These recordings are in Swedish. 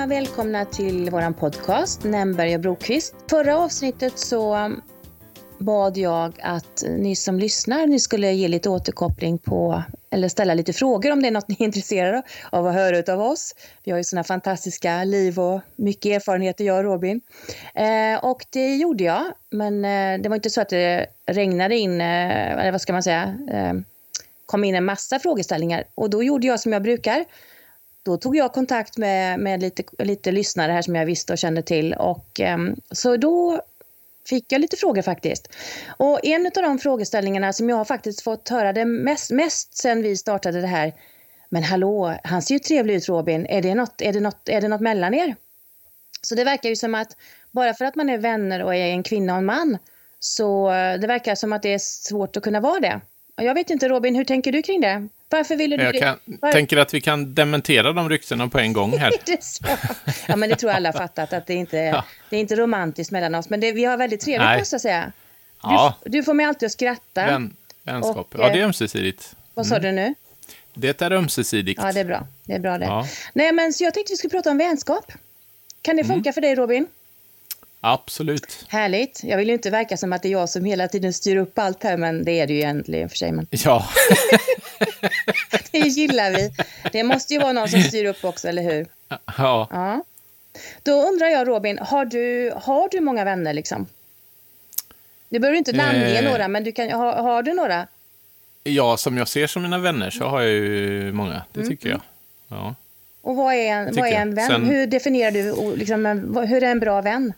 välkomna till våran podcast Nämberg och Brokvist. Förra avsnittet så bad jag att ni som lyssnar, ni skulle ge lite återkoppling på, eller ställa lite frågor om det är något ni är intresserade av att höra av oss. Vi har ju sådana fantastiska liv och mycket erfarenheter, jag och Robin. Och det gjorde jag, men det var inte så att det regnade in, eller vad ska man säga, kom in en massa frågeställningar. Och då gjorde jag som jag brukar. Då tog jag kontakt med lite lyssnare här som jag visste och kände till. Och så då fick jag lite frågor faktiskt. Och en av de frågeställningarna som jag har faktiskt fått höra det mest sen vi startade det här. Men hallå, han ser ju trevlig ut, Robin. Är det något mellan er? Så det verkar ju som att bara för att man är vänner och är en kvinna och en man, så det verkar som att det är svårt att kunna vara det. Och jag vet inte, Robin, hur tänker du kring det? Varför ville du det? Tänker att vi kan dementera de ryktena på en gång här. Ja, men det tror alla har fattat att det är inte romantiskt mellan oss. Men vi har väldigt trevligt, måste jag säga. Du får mig alltid att skratta. Vänskap. Ja, det är ömsesidigt. Vad sa du nu? Det är ömsesidigt. Ja, det är bra. Det är bra det. Ja. Nej, men så jag tänkte vi skulle prata om vänskap. Kan det funka för dig, Robin? Absolut. Härligt. Jag vill ju inte verka som att det är jag som hela tiden styr upp allt här, men det är det ju egentligen för sig. Men... Ja. Det gillar vi. Det måste ju vara någon som styr upp också, eller hur? Ja. Då undrar jag, Robin, har du många vänner liksom? Du behöver inte namnge några, men har du några? Ja, som jag ser som mina vänner så har jag ju många, det tycker jag. Ja. Och vad är en vän? Hur definierar du, liksom, hur är en bra vän?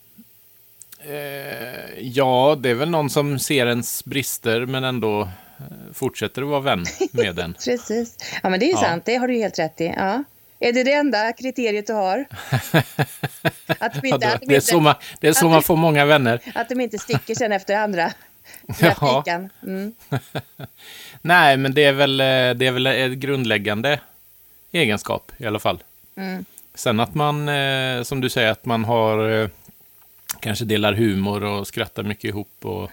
Ja, det är väl någon som ser ens brister men ändå fortsätter att vara vän med den. Precis. Ja, men det är ju sant. Det har du helt rätt i. Ja. Är det enda kriteriet du har? Det är så man får många vänner. Att de inte sticker sen efter andra. Ja. Nej, men det är väl ett grundläggande egenskap i alla fall. Sen att man, som du säger, att man har kanske delar humor och skrattar mycket ihop och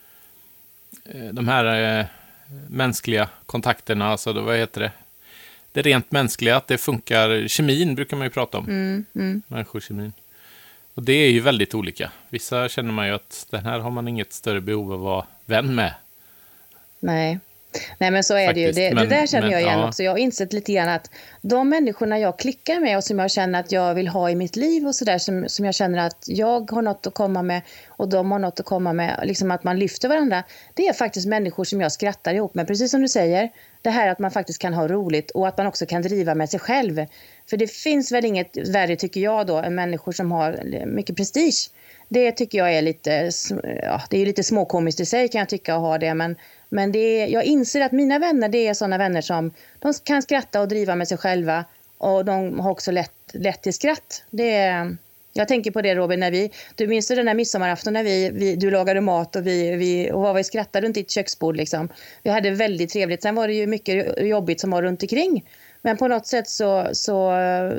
de här mänskliga kontakterna, alltså vad heter det? Det rent mänskliga, att det funkar, kemin brukar man ju prata om. Människokemin. Och det är ju väldigt olika. Vissa känner man ju att den här har man inget större behov av att vara vän med. Nej, men så är faktiskt. Det ju. Det där känner jag igen också. Jag har insett lite grann att de människorna jag klickar med och som jag känner att jag vill ha i mitt liv och sådär, som jag känner att jag har något att komma med och de har något att komma med, liksom att man lyfter varandra, det är faktiskt människor som jag skrattar ihop med. Precis som du säger, det här att man faktiskt kan ha roligt och att man också kan driva med sig själv. För det finns väl inget värre, tycker jag då, än människor som har mycket prestige. Det tycker jag är lite, det är lite småkomiskt i sig kan jag tycka att ha det, men jag inser att mina vänner, det är sådana vänner som de kan skratta och driva med sig själva och de har också lätt till skratt. Jag tänker på det, Robin, du minns den där midsommarafton när du lagade mat och vi skrattade runt ditt köksbord liksom. Vi hade väldigt trevligt. Sen var det ju mycket jobbigt som var runt omkring. Men på något sätt så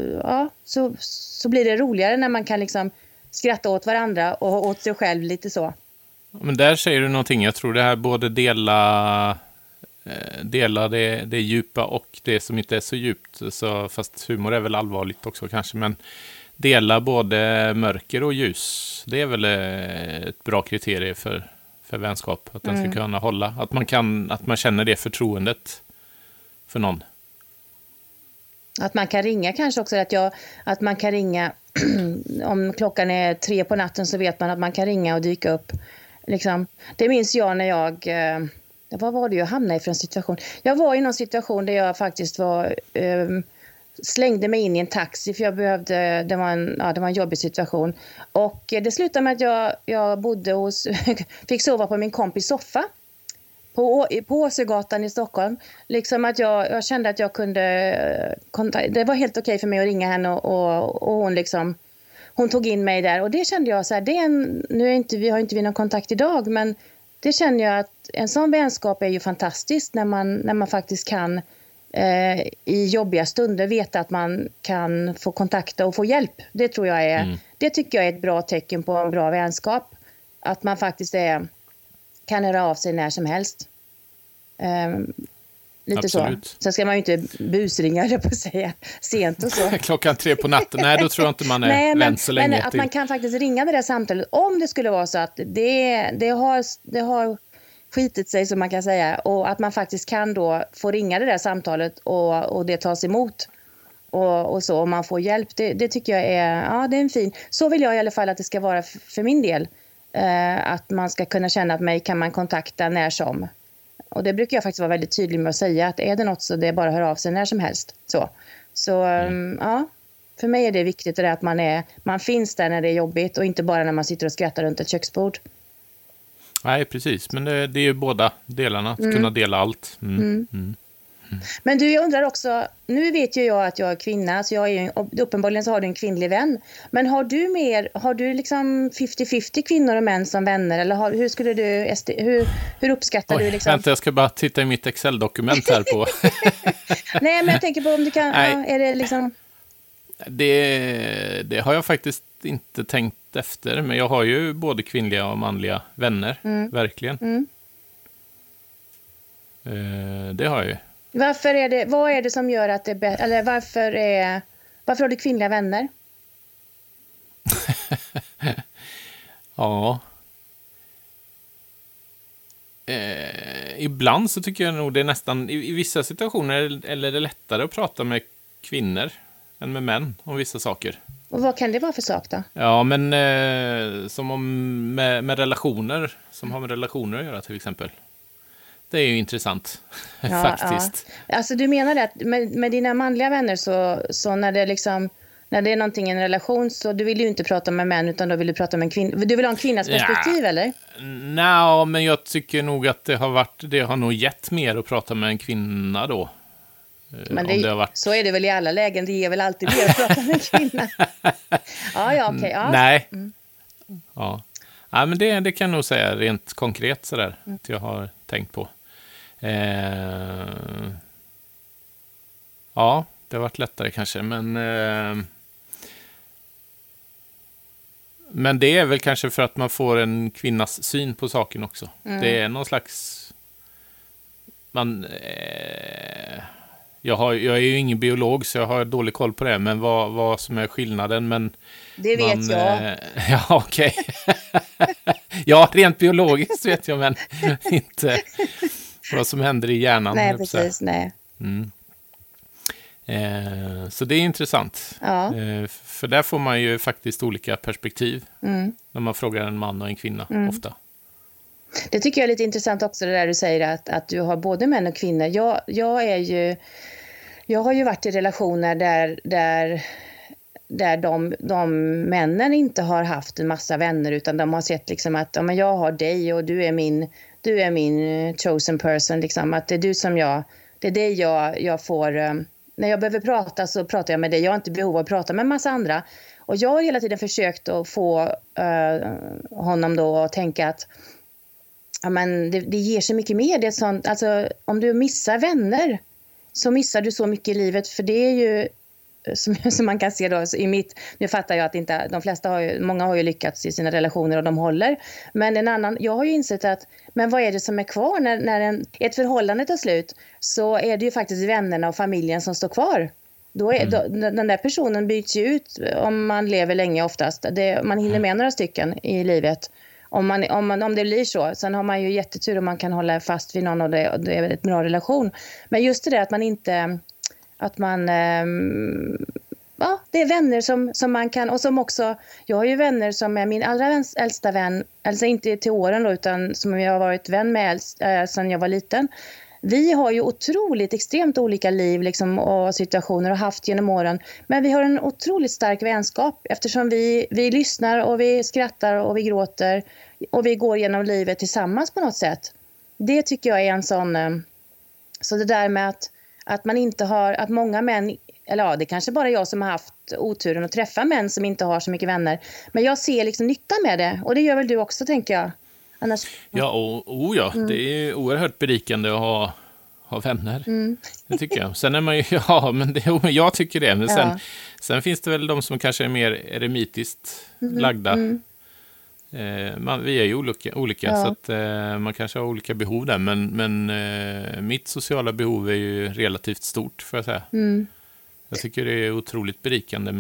blir det roligare när man kan liksom skratta åt varandra och åt sig själv lite så. Men där säger du någonting. Jag tror det här både dela det djupa och det som inte är så djupt. Så, fast humor är väl allvarligt också kanske. Men dela både mörker och ljus. Det är väl ett bra kriterie för vänskap. Att den ska kunna hålla. Att man känner det förtroendet för någon. Att man kan ringa kanske också. Att man kan ringa om klockan är 3 på natten, så vet man att man kan ringa och dyka upp. Liksom. Det minns jag när vad var det jag hamnade i för en situation? Jag var i någon situation där jag faktiskt slängde mig in i en taxi för jag behövde, det var en jobbig situation. Och det slutade med att jag bodde fick sova på min kompis soffa på Åsögatan i Stockholm. Liksom att jag kände att jag kunde det var helt okej för mig att ringa henne och hon liksom, hon tog in mig där och det kände jag så här, vi har inte någon kontakt idag, men det känner jag att en sån vänskap är ju fantastiskt när man faktiskt kan i jobbiga stunder veta att man kan få kontakta och få hjälp. Det tror jag det tycker jag är ett bra tecken på en bra vänskap, att man faktiskt kan höra av sig när som helst. Lite absolut. så. Sen ska man ju inte busringa, det på att säga, sent och så. 3:00 på natten. Nej, då tror jag inte man är vän så länge. Men att man kan faktiskt ringa det där samtalet om det skulle vara så att det har skitit sig, som man kan säga. Och att man faktiskt kan då få ringa det där samtalet och det tas emot. Och så, om man får hjälp. Det tycker jag det är en fin. Så vill jag i alla fall att det ska vara för min del. Att man ska kunna känna att mig kan man kontakta när som. Och det brukar jag faktiskt vara väldigt tydlig med att säga, att är det något så det är bara att höra av sig när som helst. Så ja, för mig är det viktigt det där att man finns där när det är jobbigt och inte bara när man sitter och skrattar runt ett köksbord. Nej, precis. Men det är ju båda delarna, att kunna dela allt. Men du, jag undrar också, nu vet ju jag att jag är kvinna, så uppenbarligen så har du en kvinnlig vän. Men har du liksom 50-50 kvinnor och män som vänner? Eller hur skulle du, hur uppskattar du liksom? Vänta, jag ska bara titta i mitt Excel-dokument här på. Nej, men jag tänker på om du kan, är det liksom... Det har jag faktiskt inte tänkt efter, men jag har ju både kvinnliga och manliga vänner, verkligen. Det har jag ju. Vad är det som gör att det är eller varför har du kvinnliga vänner? Ja. Ibland så tycker jag nog det är nästan, i vissa situationer eller är det lättare att prata med kvinnor än med män om vissa saker. Och vad kan det vara för sak då? Ja, men som om med relationer, som har med relationer att göra till exempel. Det är ju intressant, faktiskt. Ja. Alltså du menar att med dina manliga vänner så när det är någonting i en relation, så du vill ju inte prata med män utan då vill du prata med en kvinna. Du vill ha en kvinnas perspektiv, eller? Nej, men jag tycker nog att det har nog gett mer att prata med en kvinna då. Men så är det väl i alla lägen, det ger väl alltid mer att prata med en kvinna. Okej. Ja. Nej. Ja. Ja, men det kan jag nog säga rent konkret sådär, att jag har tänkt på. Ja, det har varit lättare kanske, men det är väl kanske för att man får en kvinnas syn på saken också. Det är någon slags... Jag är ju ingen biolog så jag har dålig koll på det, men vad som är skillnaden, men... Det vet jag. Ja, okej. Ja, rent biologiskt vet jag, men inte vad som händer i hjärnan. Nej, precis, nej. Så det är intressant. Ja. För där får man ju faktiskt olika perspektiv när man frågar en man och en kvinna ofta. Det tycker jag är lite intressant också, det där du säger att du har både män och kvinnor. Jag har ju varit i relationer där de männen inte har haft en massa vänner, utan de har sett liksom att men jag har dig och du är min chosen person, liksom, att det är du som det är dig jag får, när jag behöver prata så pratar jag med dig, jag har inte behov av att prata med en massa andra. Och jag har hela tiden försökt att få honom då att tänka att men det ger så mycket mer, det är sånt, alltså om du missar vänner så missar du så mycket i livet, för det är ju som man kan se då nu fattar jag att inte de flesta många har ju lyckats i sina relationer och de håller, men jag har ju insett att men vad är det som är kvar när ett förhållande tar slut, så är det ju faktiskt vännerna och familjen som står kvar. Den där personen byts ju ut om man lever länge oftast. Man hinner med några stycken i livet. Om det blir så. Sen har man ju jättetur om man kan hålla fast vid någon och det är väldigt bra relation. Men just det där att man inte... det är vänner som man kan... Och som också... Jag har ju vänner som är min allra äldsta vän. Alltså inte till åren då, utan som jag har varit vän med sedan jag var liten. Vi har ju extremt olika liv liksom, och situationer och haft genom åren. Men vi har en otroligt stark vänskap eftersom vi lyssnar och vi skrattar och vi gråter och vi går genom livet tillsammans på något sätt. Det tycker jag är en sån... Så det där med att man inte har... Att många män... Eller ja, det är kanske bara jag som har haft oturen att träffa män som inte har så mycket vänner. Men jag ser liksom nytta med det. Och det gör väl du också, tänker jag. Annars... Ja, det är oerhört berikande att ha vänner. Det tycker jag. Sen är man ju, men jag tycker det. Men sen finns det väl de som kanske är mer eremitiskt lagda. Vi är ju olika Ja. så att man kanske har olika behov där. Men mitt sociala behov är ju relativt stort, får jag säga. Jag tycker det är otroligt berikande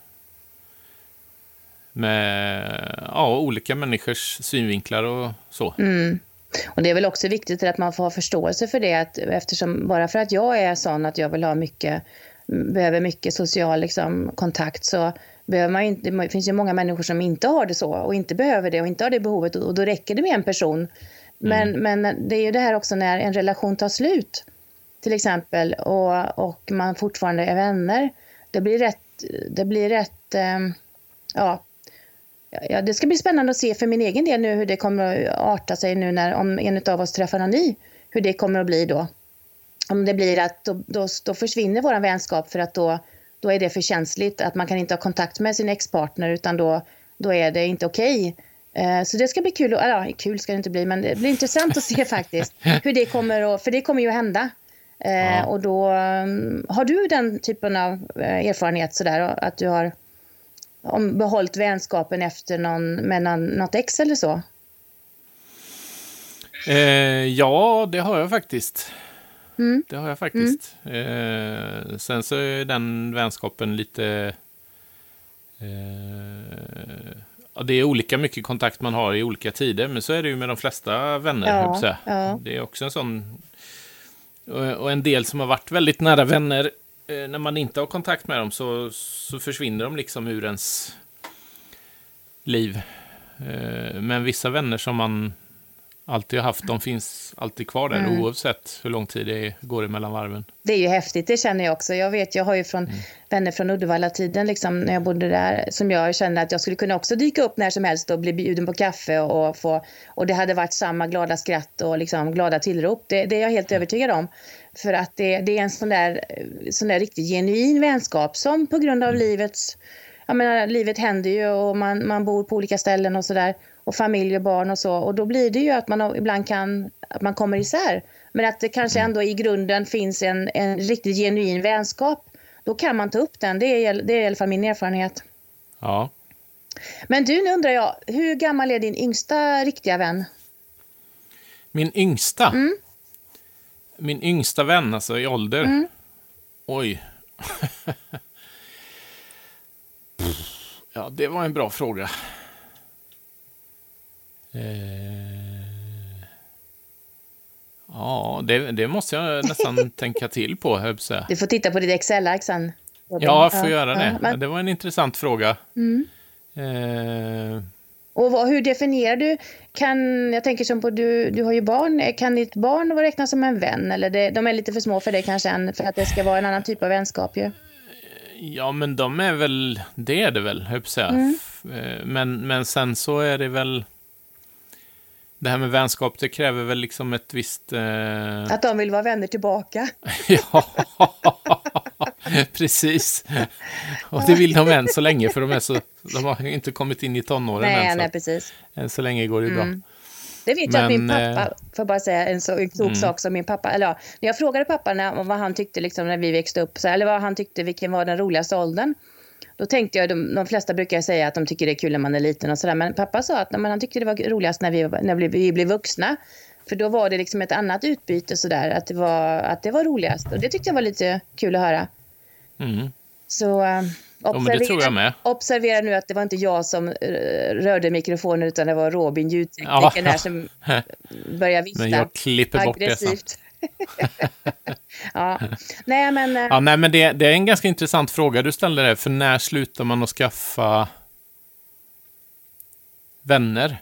med olika människors synvinklar och så. Och det är väl också viktigt att man får ha förståelse för det, att eftersom bara för att jag är sån att jag vill ha behöver mycket social liksom, kontakt, så behöver man inte, det finns ju många människor som inte har det så och inte behöver det och inte har det behovet, och då räcker det med en person. Men det är ju det här också när en relation tar slut till exempel och man fortfarande är vänner. Det blir rätt det ska bli spännande att se för min egen del nu hur det kommer att arta sig nu om en av oss träffar någon ny, hur det kommer att bli då. Om det blir att då försvinner vår vänskap för att då är det för känsligt att man kan inte ha kontakt med sin ex-partner, utan då är det inte okej. Så det ska bli kul, kul ska det inte bli, men det blir intressant att se faktiskt hur det kommer för det kommer ju att hända. Och då har du den typen av erfarenhet sådär, att du har behållit vänskapen efter något ex eller så? Ja, det har jag faktiskt. Det har jag faktiskt. Sen så är den vänskapen lite... det är olika mycket kontakt man har i olika tider, men så är det ju med de flesta vänner. Ja. Det är också en sån... Och en del som har varit väldigt nära vänner, när man inte har kontakt med dem så försvinner de liksom ur ens liv. Men vissa vänner som man alltid har haft, de finns alltid kvar där oavsett hur lång tid det går emellan varven. Det är ju häftigt, det känner jag också. Jag har ju vänner från Uddevalla-tiden liksom, när jag bodde där, som jag kände att jag skulle kunna också dyka upp när som helst och bli bjuden på kaffe och det hade varit samma glada skratt och liksom glada tillrop. Det är jag helt övertygad om. För att det är en sån där riktigt genuin vänskap som på grund av livet händer ju och man bor på olika ställen och sådär, och familj och barn och så, och då blir det ju att man ibland att man kommer isär, men att det kanske ändå i grunden finns en riktigt genuin vänskap, då kan man ta upp den. Det är i alla fall min erfarenhet. Ja. Men nu undrar jag, hur gammal är din yngsta riktiga vän? Min yngsta? Min yngsta vän, alltså i ålder? Oj. Ja, det var en bra fråga. Ja, det måste jag nästan tänka till på, höll jag på att säga. Du får titta på ditt Excel-ark sen. Ja, jag får göra det. Men... Det var en intressant fråga. Och hur definierar du? Jag tänker som på, du har ju barn. Kan ditt barn vara räknat som en vän? Eller de är lite för små för det kanske, för att det ska vara en annan typ av vänskap ju. Ja, men de är väl, det är det väl, höll jag på att säga. Men sen så är det väl, det här med vänskap, det kräver väl liksom ett visst... Att de vill vara vänner tillbaka. Ja, precis. Och det vill de än så länge, för de har inte kommit in i tonåren än. Nej, precis. Än så länge går det bra. Det vet jag att min pappa, får bara säga en så klok sak som min pappa, när jag frågade pappa vad han tyckte liksom, när vi växte upp, eller vad han tyckte, vilken var den roligaste åldern. Då tänkte jag, de flesta brukar säga att de tycker det är kul när man är liten och sådär, men pappa sa att han tyckte det var roligast när vi blev vuxna. För då var det liksom ett annat utbyte sådär, att det var roligast. Och det tyckte jag var lite kul att höra. Så det tror jag med. Observera nu att det var inte jag som rörde mikrofonen, utan det var Robin, ljudtekniken där, som började vifta. Men jag klipper bort aggressivt. Det. Ja. Nej, men det är en ganska intressant fråga du ställde där. För när slutar man att skaffa vänner?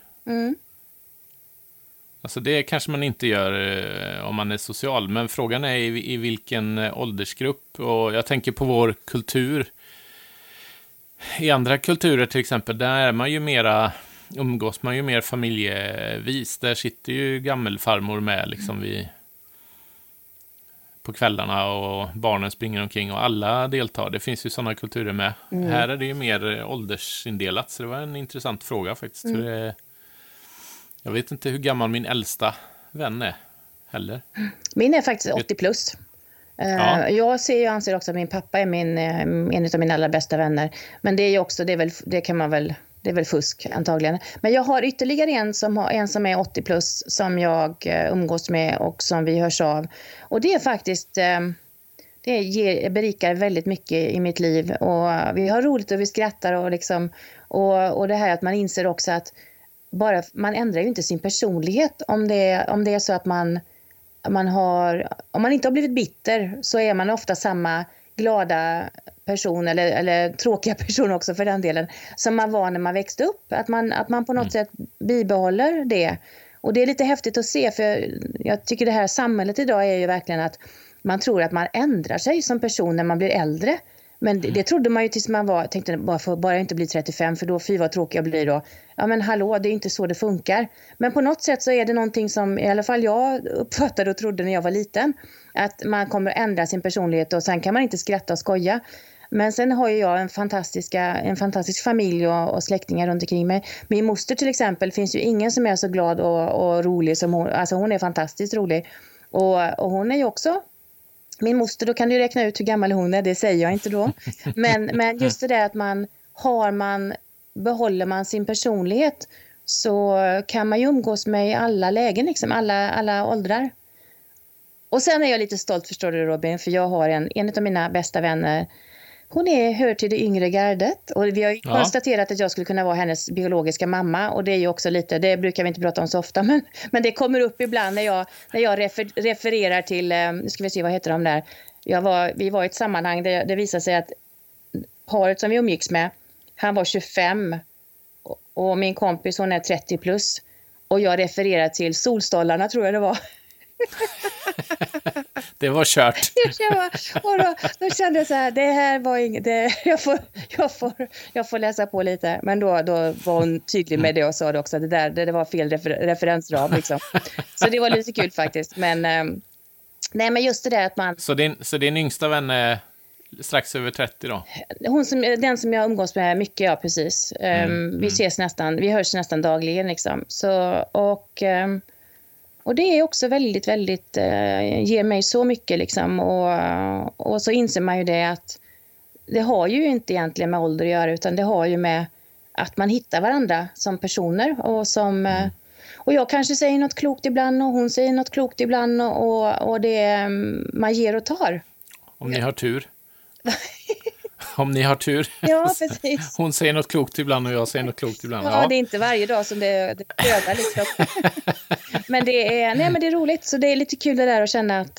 Alltså det kanske man inte gör om man är social. Men frågan är i vilken åldersgrupp. Och jag tänker på vår kultur. I andra kulturer till exempel, där är man ju umgås man ju mer familjevis. Där sitter ju gammelfarmor med liksom på kvällarna, och barnen springer omkring och alla deltar. Det finns ju sådana kulturer med. Här är det ju mer åldersindelat, så det var en intressant fråga faktiskt. Jag vet inte hur gammal min äldsta vän är heller. Min är faktiskt 80 plus. Jag anser också att min pappa är en av mina allra bästa vänner. Men det är ju också, det kan man väl Det är väl fusk antagligen. Men jag har ytterligare en som är 80 plus som jag umgås med och som vi hörs av. Och det är faktiskt, det berikar väldigt mycket i mitt liv. Och vi har roligt och vi skrattar och liksom, och det här att man inser också att man ändrar ju inte sin personlighet om det är så att om man inte har blivit bitter så är man ofta samma glada person eller tråkiga person också för den delen som man var när man växte upp. Att man på något sätt bibehåller det. Och det är lite häftigt att se, för jag tycker det här samhället idag är ju verkligen att man tror att man ändrar sig som person när man blir äldre. Men det trodde man ju tills man tänkte bara inte bli 35 för då vad tråkig jag blir då. Ja men hallå, det är inte så det funkar. Men på något sätt så är det någonting som i alla fall jag uppfattade och trodde när jag var liten. Att man kommer att ändra sin personlighet och sen kan man inte skratta och skoja. Men sen har ju jag en fantastisk familj och släktingar runt omkring mig. Min moster till exempel, finns ju ingen som är så glad och rolig som hon. Alltså hon är fantastiskt rolig. Och hon är ju också min moster, då kan du räkna ut hur gammal hon är, det säger jag inte då. Men just det där att behåller man sin personlighet så kan man ju umgås med i alla lägen, liksom, alla åldrar. Och sen är jag lite stolt, förstår du Robin, för jag har en av mina bästa vänner. Hon hör till det yngre gardet och vi har ju konstaterat att jag skulle kunna vara hennes biologiska mamma och det är ju också lite, det brukar vi inte prata om så ofta men det kommer upp ibland när jag refererar till, nu ska vi se vad heter de där, vi var i ett sammanhang där det visade sig att paret som vi umgicks med, han var 25 och min kompis hon är 30 plus och jag refererar till Solstolarna tror jag det var. Det var kört. Och då kände jag så här, det här var inget, jag får läsa på lite. Men då var hon tydlig med det och sa det också, att det var fel referensram liksom. Så det var lite kul faktiskt. Men nej, men just det där att man... Så din yngsta vän är strax över 30 då? Den som jag umgås med mycket, ja precis. Vi hörs nästan dagligen liksom. Så, och det är också väldigt, väldigt, ger mig så mycket liksom. Och så inser man ju det att det har ju inte egentligen med ålder att göra, utan det har ju med att man hittar varandra som personer. Och jag kanske säger något klokt ibland och hon säger något klokt ibland och det man ger och tar. Om ni har tur. Om ni har tur. Ja, precis. Hon säger något klokt ibland och jag säger något klokt ibland. Ja, det är inte varje dag som det prövar liksom. Men det är roligt. Så det är lite kul det där att känna att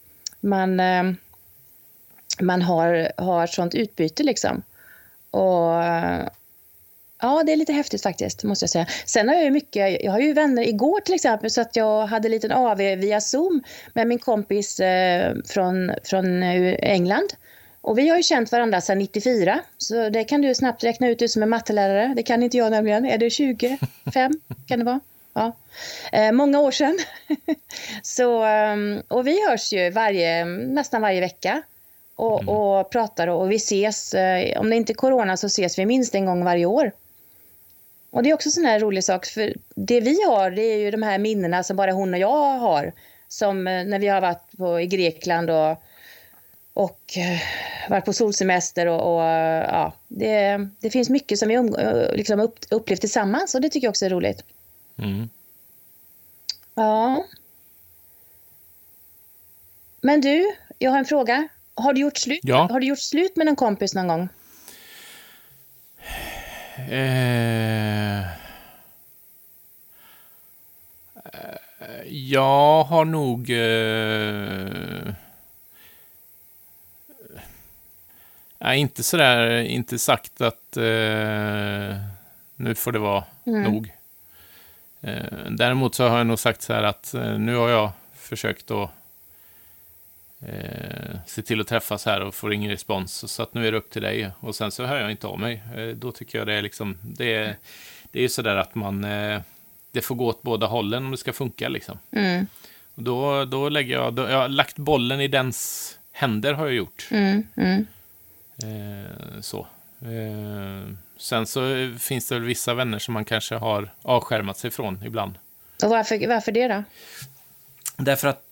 man har sånt utbyte liksom. Och ja, det är lite häftigt faktiskt, måste jag säga. Sen har jag har ju vänner igår till exempel, så att jag hade en liten AV via Zoom med min kompis från England. Och vi har ju känt varandra sedan 94, så det kan du snabbt räkna ut, du som är mattelärare. Det kan inte jag nämligen. Är det 25? Kan det vara? Ja. Många år sedan. Så, och vi hörs ju nästan varje vecka och pratar och vi ses. Om det inte är corona så ses vi minst en gång varje år. Och det är också sån här rolig sak, för det vi har, det är ju de här minnena som bara hon och jag har. Som när vi har varit i Grekland och varit på solsemester och ja, det finns mycket som vi liksom upplevt tillsammans och det tycker jag också är roligt. Mm. Ja. Men du, jag har en fråga. Har du gjort slut? Ja. Har du gjort slut med någon kompis någon gång? Jag har nog inte sagt att nu får det vara nog. Däremot så har jag nog sagt så här att nu har jag försökt att se till att träffas här och får ingen respons, så att nu är det upp till dig, och sen så hör jag inte av mig. Då tycker jag det är liksom det är ju så där att man det får gå åt båda hållen om det ska funka liksom. Och då lägger jag har lagt bollen i dens händer, har jag gjort. Så. Sen så finns det väl vissa vänner som man kanske har avskärmat sig från ibland. Och varför det då? Därför att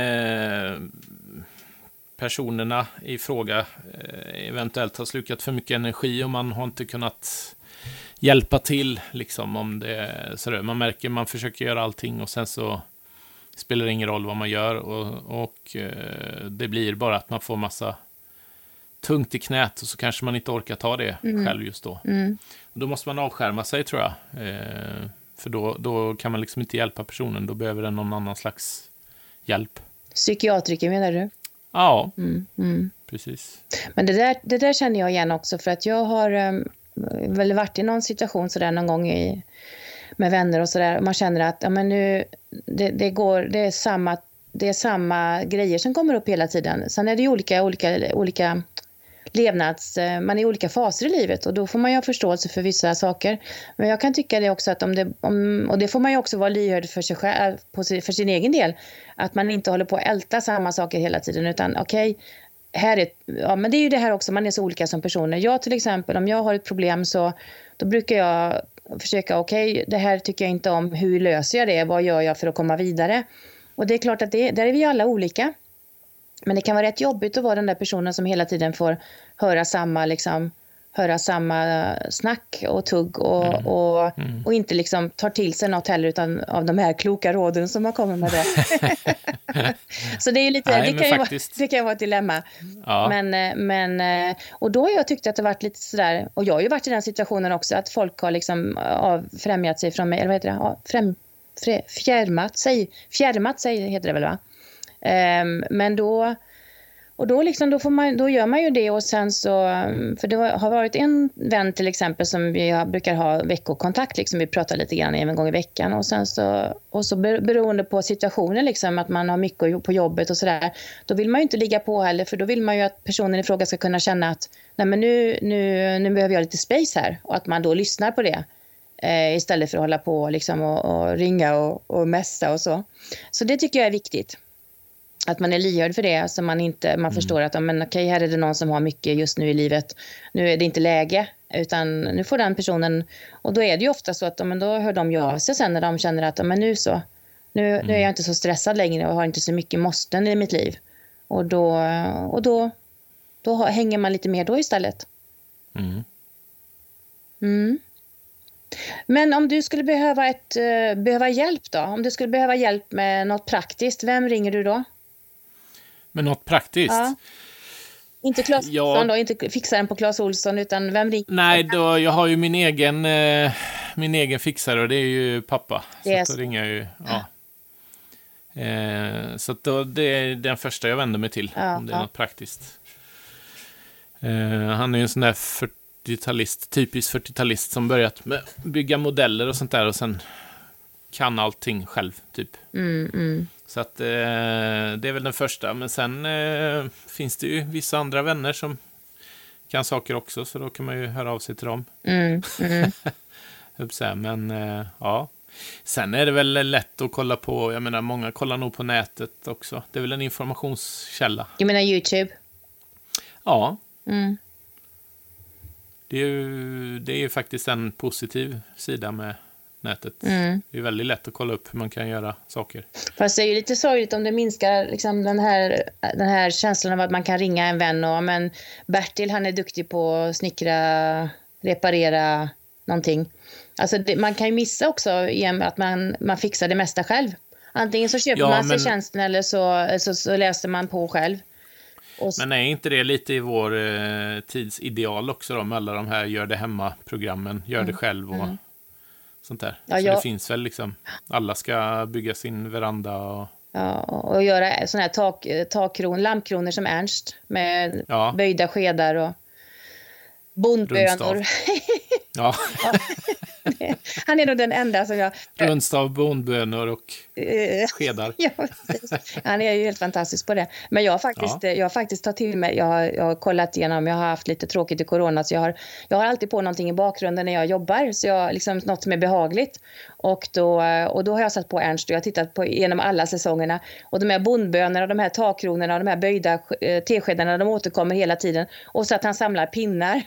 personerna i fråga eventuellt har slukat för mycket energi och man har inte kunnat hjälpa till liksom om det så man märker man försöker göra allting och sen så spelar det ingen roll vad man gör och det blir bara att man får massa tungt i knät och så kanske man inte orkar ta det själv just då. Och då måste man avskärma sig tror jag. För då kan man liksom inte hjälpa personen. Då behöver den någon annan slags hjälp. Psykiatriker menar du? Ja, precis. Men det där känner jag igen också för att jag har väl varit i någon situation sådär någon gång med vänner och sådär. Man känner att ja, men nu, det är samma grejer som kommer upp hela tiden. Sen är det ju olika man är i olika faser i livet och då får man ju ha förståelse för vissa saker. Men jag kan tycka det också att och det får man ju också vara lyhörd för sig själv, för sin egen del. Att man inte håller på att älta samma saker hela tiden utan men det är ju det här också, man är så olika som personer. Jag till exempel, om jag har ett problem så då brukar jag försöka, det här tycker jag inte om, hur löser jag det? Vad gör jag för att komma vidare? Och det är klart att där är vi alla olika. Men det kan vara rätt jobbigt att vara den där personen som hela tiden får höra samma snack och tugg och inte liksom tar till sig något heller utan av de här kloka råden som man kommer med det. Så det är ju lite, det kan ju vara ett dilemma. Ja. Men och då har jag tyckt att det varit lite sådär, och jag har ju varit i den situationen också att folk har liksom främjat sig från mig, eller vad heter det? Fjärmat sig heter det väl va? Men då gör man ju det och sen så, för det har varit en vän till exempel som vi brukar ha veckokontakt liksom, vi pratar lite grann en gång i veckan och sen så beroende på situationen liksom, att man har mycket på jobbet och sådär, då vill man ju inte ligga på heller för då vill man ju att personen i fråga ska kunna känna att nej men nu behöver jag lite space här och att man då lyssnar på det. Istället för att hålla på liksom, och ringa och mässa och så. Så det tycker jag är viktigt. Att man är lyhörd för det så man förstår att här är det någon som har mycket just nu i livet. Nu är det inte läge utan nu får den personen, och då är det ju ofta så att då hör de ju av sig sen när de känner att nu är jag inte så stressad längre och har inte så mycket måsten i mitt liv. Och då hänger man lite mer då istället. Men om du skulle behöva hjälp då? Om du skulle behöva hjälp med något praktiskt, vem ringer du då? Med något praktiskt? Ja. Inte Claes Olsson då, inte fixaren på Claes Olsson, utan vem ringer? Nej, jag har ju min egen fixare och det är ju pappa. Så då ringer jag ju, så att då, det är den första jag vänder mig till, om det är något praktiskt. Han är ju en sån där 40-talist, typisk 40-talist som börjat med bygga modeller och sånt där och sen kan allting själv typ. Så att det är väl den första, men sen finns det ju vissa andra vänner som kan saker också, så då kan man ju höra av sig till dem. Men sen är det väl lätt att kolla på, jag menar många kollar nog på nätet också. Det är väl en informationskälla. Jag menar YouTube? Ja. Det är ju faktiskt en positiv sida med nätet. Det är väldigt lätt att kolla upp hur man kan göra saker. Fast det är ju lite sorgligt om det minskar liksom den här känslan av att man kan ringa en vän och men Bertil han är duktig på att snickra, reparera någonting. Alltså man kan ju missa också igen att man fixar det mesta själv. Antingen så köper man sig tjänsten eller så läser man på själv. Men är inte det lite i vår tidsideal också då, med alla de här gör det hemma-programmen, gör det själv och sånt där. Så det finns väl liksom, alla ska bygga sin veranda och göra såna här lampkronor som Ernst med böjda skedar och bondbönor. Ja. Han är nog den enda som jag... Rundstav, bondbönor och skedar. Han är ju helt fantastisk på det. Men jag har faktiskt tagit till mig, jag har kollat igenom, jag har haft lite tråkigt i corona, så jag har alltid på någonting i bakgrunden när jag jobbar, så jag liksom något som är behagligt. Och då har jag satt på Ernst och jag har tittat på genom alla säsongerna. Och de här bondbönorna, de här takkronorna och de här böjda teskedarna, de återkommer hela tiden. Och så att han samlar pinnar.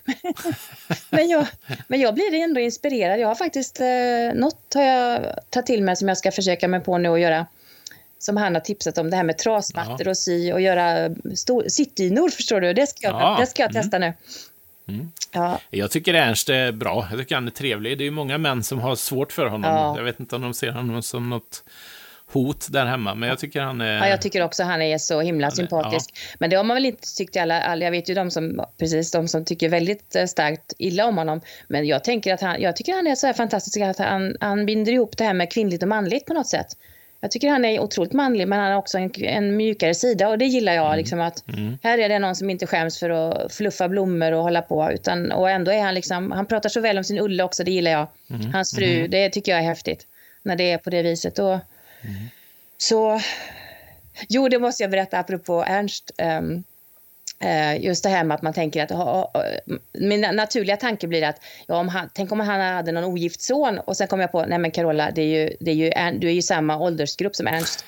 men jag blir ändå inspirerad. Jag har faktiskt något har jag tagit till mig som jag ska försöka mig på nu att göra. Som han har tipsat om, det här med trasmattor och sy och göra sittdynor, förstår du? Det ska jag testa nu. Ja. Jag tycker Ernst är bra. Jag tycker han är trevlig. Det är ju många män som har svårt för honom. Ja. Jag vet inte om de ser honom som något hot där hemma, men jag tycker han är... Ja, jag tycker också han är så himla sympatisk. Men det har man väl inte tyckt alla. Jag vet ju de som tycker väldigt starkt illa om honom. Men jag tycker han är så här fantastisk att han binder ihop det här med kvinnligt och manligt på något sätt. Jag tycker han är otroligt manlig, men han har också en mjukare sida, och det gillar jag. Liksom att här är det någon som inte skäms för att fluffa blommor och hålla på, och ändå är han liksom, han pratar så väl om sin Ulla också, det gillar jag. Hans fru, det tycker jag är häftigt när det är på det viset. Och så, jo, det måste jag berätta apropå Ernst. Just det här med att man tänker att min naturliga tanke blir att tänk om han hade någon ogift son, och sen kom jag på, nej men Carola, du är ju samma åldersgrupp som Ernst.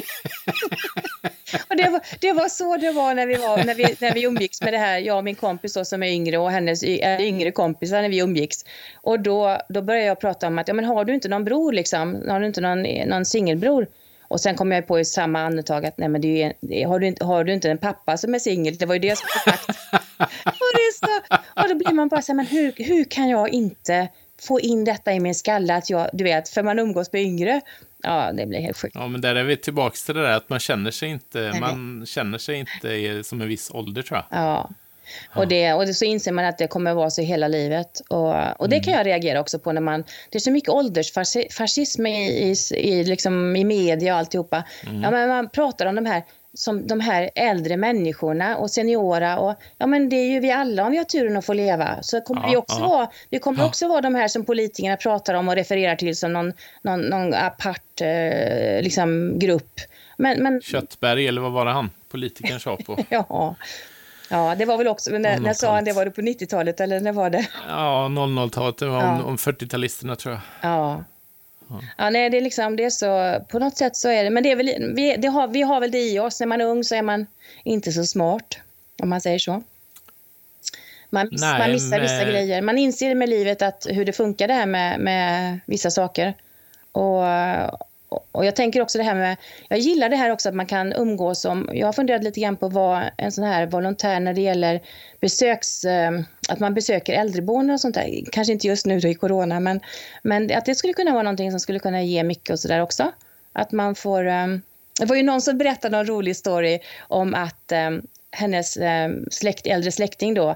Och det var så det var när vi umgicks med det här, jag och min kompis då, som är yngre, och hennes yngre kompisar, när vi umgicks. Och då började jag prata om att, ja men har du inte någon bror liksom? Har du inte någon singelbror? Och sen kom jag på i samma andetag att nej, men har du inte en pappa som är singel? Det var ju det som var sagt. Och då blir man bara så här, men hur kan jag inte få in detta i min skalle, att du vet, för man umgås med yngre. Ja, det blir helt sjukt. Ja, men där är vi tillbaka till det där att man känner sig inte som en viss ålder, tror jag. Ja. Och så inser man att det kommer att vara så hela livet. Och det kan jag reagera också på när det är så mycket åldersfascism i media och alltihopa. Ja, men man pratar om de här äldre människorna och seniora, och ja, men det är ju vi alla, om vi har turen att få leva. Så kommer vi kommer också vara de här som politikerna pratar om och refererar till som någon apart grupp. Men Köttberg, eller vad var det politikern sa på? Ja, det var väl också, när sa han det, var det på 90-talet eller när var det? Ja, 00-talet, det var om 40-talisterna, tror jag. Ja, nej, det är så, på något sätt så är det, men det är väl, vi har väl det i oss. När man är ung så är man inte så smart, om man säger så. Man missar vissa grejer. Man inser med livet hur det funkar det här med vissa saker. Och jag tänker också det här med, jag gillar det här också att man kan umgås jag har funderat lite grann på vad en sån här volontär när det gäller att man besöker äldreboenden och sånt där. Kanske inte just nu då i corona, men att det skulle kunna vara någonting som skulle kunna ge mycket och sådär också. Att man får, det var ju någon som berättade en rolig story om att hennes äldre släkting då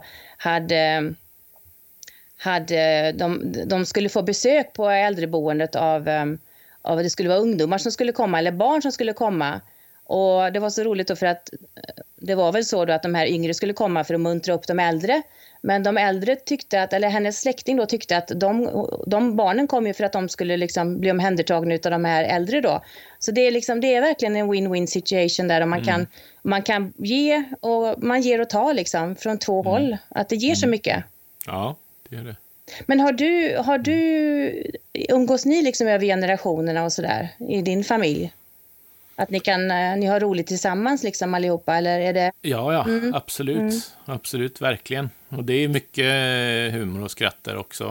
de skulle få besök på äldreboendet av det skulle vara ungdomar som skulle komma eller barn som skulle komma. Och det var så roligt då, för att det var väl så då att de här yngre skulle komma för att muntra upp de äldre. Men de äldre eller hennes släkting då tyckte att de barnen kom ju för att de skulle liksom bli omhändertagna utav de här äldre då. Så det är verkligen en win-win situation där, och man kan ge, och man ger och tar liksom från två håll. Att det ger så mycket. Ja, det gör det. Men har du umgås ni liksom över generationerna och sådär i din familj? Att ni har roligt tillsammans liksom allihopa, eller är det? Ja, absolut. Absolut, verkligen. Och det är mycket humor och skratt där också.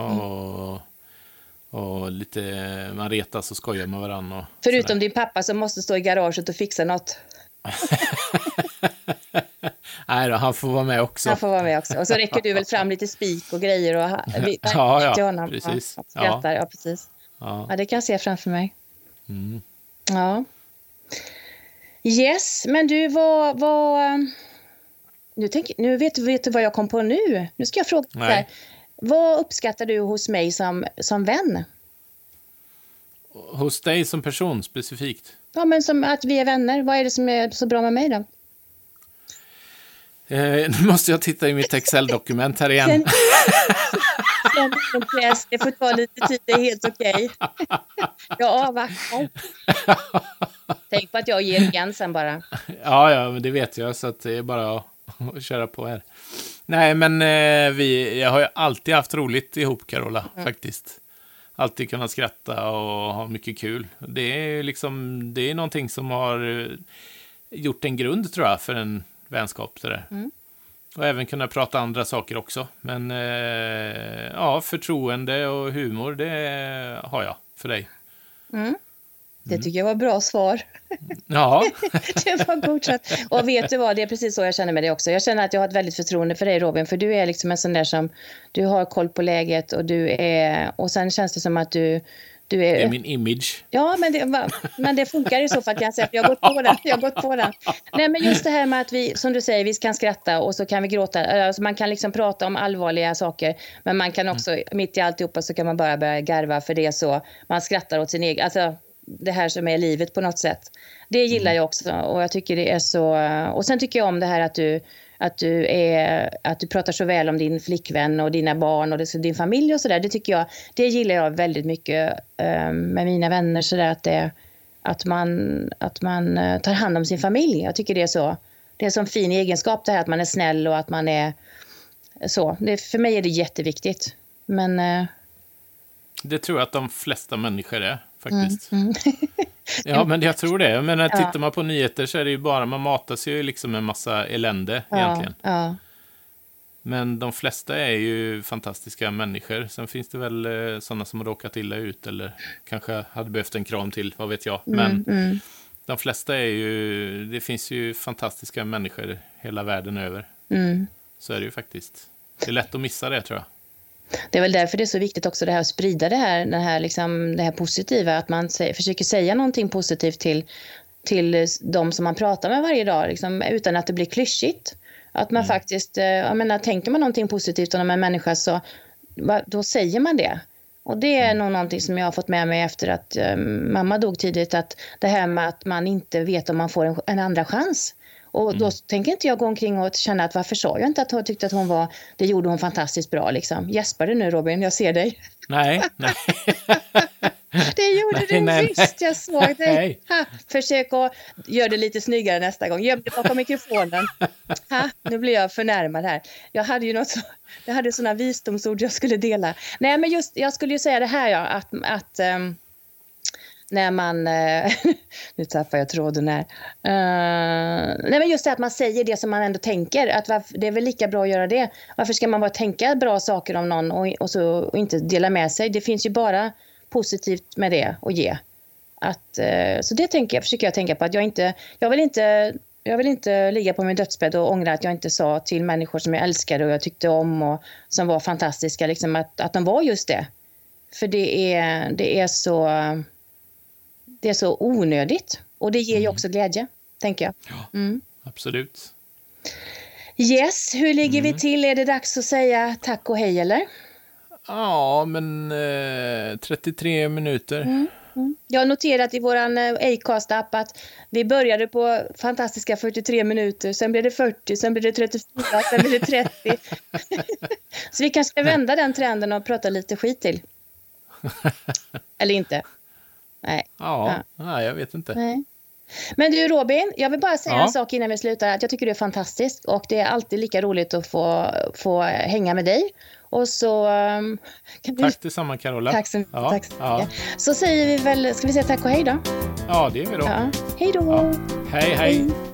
Och lite, man retas och skojar med varandra. Förutom din pappa som måste stå i garaget och fixa något. Nej då, han får vara med också. Och så räcker du väl fram lite spik och grejer och ja, precis. Skrattar, ja, precis. Ja, det kan jag se framför mig. Ja. Yes, men du nu vet du vad jag kom på nu. Nu ska jag fråga här. Vad uppskattar du hos mig som vän? Hos dig som person specifikt? Ja, men som att vi är vänner. Vad är det som är så bra med mig då? Nu måste jag titta i mitt Excel-dokument här igen. Det får ta lite tid, det är helt okej. Jag avvaktar. Tänk på att jag ger igen sen bara. Ja, men det vet jag, så att det är bara att köra på här. Nej, men jag har ju alltid haft roligt ihop, Carola, faktiskt. Alltid kunnat skratta och ha mycket kul. Det är någonting som har gjort en grund, tror jag, för en vänskap. Och även kunna prata andra saker också. Men förtroende och humor, det har jag för dig. Det tycker jag var bra svar. Ja. Det var godkänt. Och vet du vad, det är precis så jag känner med dig också. Jag känner att jag har ett väldigt förtroende för dig, Robin. För du är liksom en sån där som, du har koll på läget och sen känns det som att du är... Det är min image. Ja, men det funkar i så fall, kan jag säga. För jag har gått på den. Nej, men just det här med att vi, som du säger, vi kan skratta och så kan vi gråta. Alltså man kan liksom prata om allvarliga saker. Men man kan också, mitt i alltihopa så kan man bara börja garva, för det är så. Man skrattar åt sin egen, alltså det här som är livet på något sätt. Det gillar jag också, och jag tycker det är så. Och sen tycker jag om det här att du pratar så väl om din flickvän och dina barn och din familj och sådär. Det gillar jag väldigt mycket med mina vänner, så där att man tar hand om sin familj. Jag tycker det är en sån fin egenskap, det här att man är snäll och att man är så. För mig är det jätteviktigt. Men det tror jag att de flesta människor är, faktiskt. Ja, men jag tror det. Men tittar man på nyheter så är det ju bara, man matas ju liksom med en massa elände egentligen. Ja. Men de flesta är ju fantastiska människor. Sen finns det väl sådana som har råkat illa ut eller kanske hade behövt en kram till, vad vet jag. Men de flesta är ju, det finns ju fantastiska människor hela världen över. Så är det ju faktiskt. Det är lätt att missa det, tror jag. Det är väl därför det är så viktigt också det här att sprida det här positiva, att man försöker säga någonting positivt till de som man pratar med varje dag, liksom, utan att det blir klyschigt. Att man faktiskt, jag menar, tänker man någonting positivt om en människa, så då säger man det. Och det är nog någonting som jag har fått med mig efter att mamma dog tidigt, att det här med att man inte vet om man får en andra chans. Och då tänker inte jag gå omkring och känna att varför sa jag inte att hon tyckte att det gjorde hon fantastiskt bra liksom. Gäspar du nu, Robin? Jag ser dig. Nej. Det gjorde du visst, jag såg dig. Försök att göra det lite snyggare nästa gång. Göm dig bakom mikrofonen. Nu blir jag förnärmad här. Jag hade ju jag hade sådana visdomsord jag skulle dela. Nej, men jag skulle ju säga det här, att när man... nu tappar jag tråden här. Nej, men just det att man säger det som man ändå tänker. Att det är väl lika bra att göra det. Varför ska man bara tänka bra saker om någon och inte dela med sig? Det finns ju bara positivt med det att ge. Så det försöker jag tänka på. Att jag vill inte ligga på min dödsbädd och ångra att jag inte sa till människor som jag älskade och jag tyckte om och som var fantastiska. Liksom, att de var just det. För det är så onödigt. Och det ger ju också glädje, tänker jag. Ja, absolut. Yes, hur ligger vi till? Är det dags att säga tack och hej, eller? Ja, men 33 minuter. Jag har noterat i våran Acast-app att vi började på fantastiska 43 minuter. Sen blev det 40, sen blev det 34, sen blev det 30. Så vi kanske ska vända den trenden och prata lite skit till. Eller inte. Nej. Ja, jag vet inte. Nej. Men du, Robin, jag vill bara säga en sak innan vi slutar. Att jag tycker du är fantastisk och det är alltid lika roligt att få hänga med dig. Och så tack detsamma, Carola. Tack så mycket. Så säger vi väl, ska vi säga tack och hej då? Ja, det är vi då. Ja. Hej då. Ja. Hej.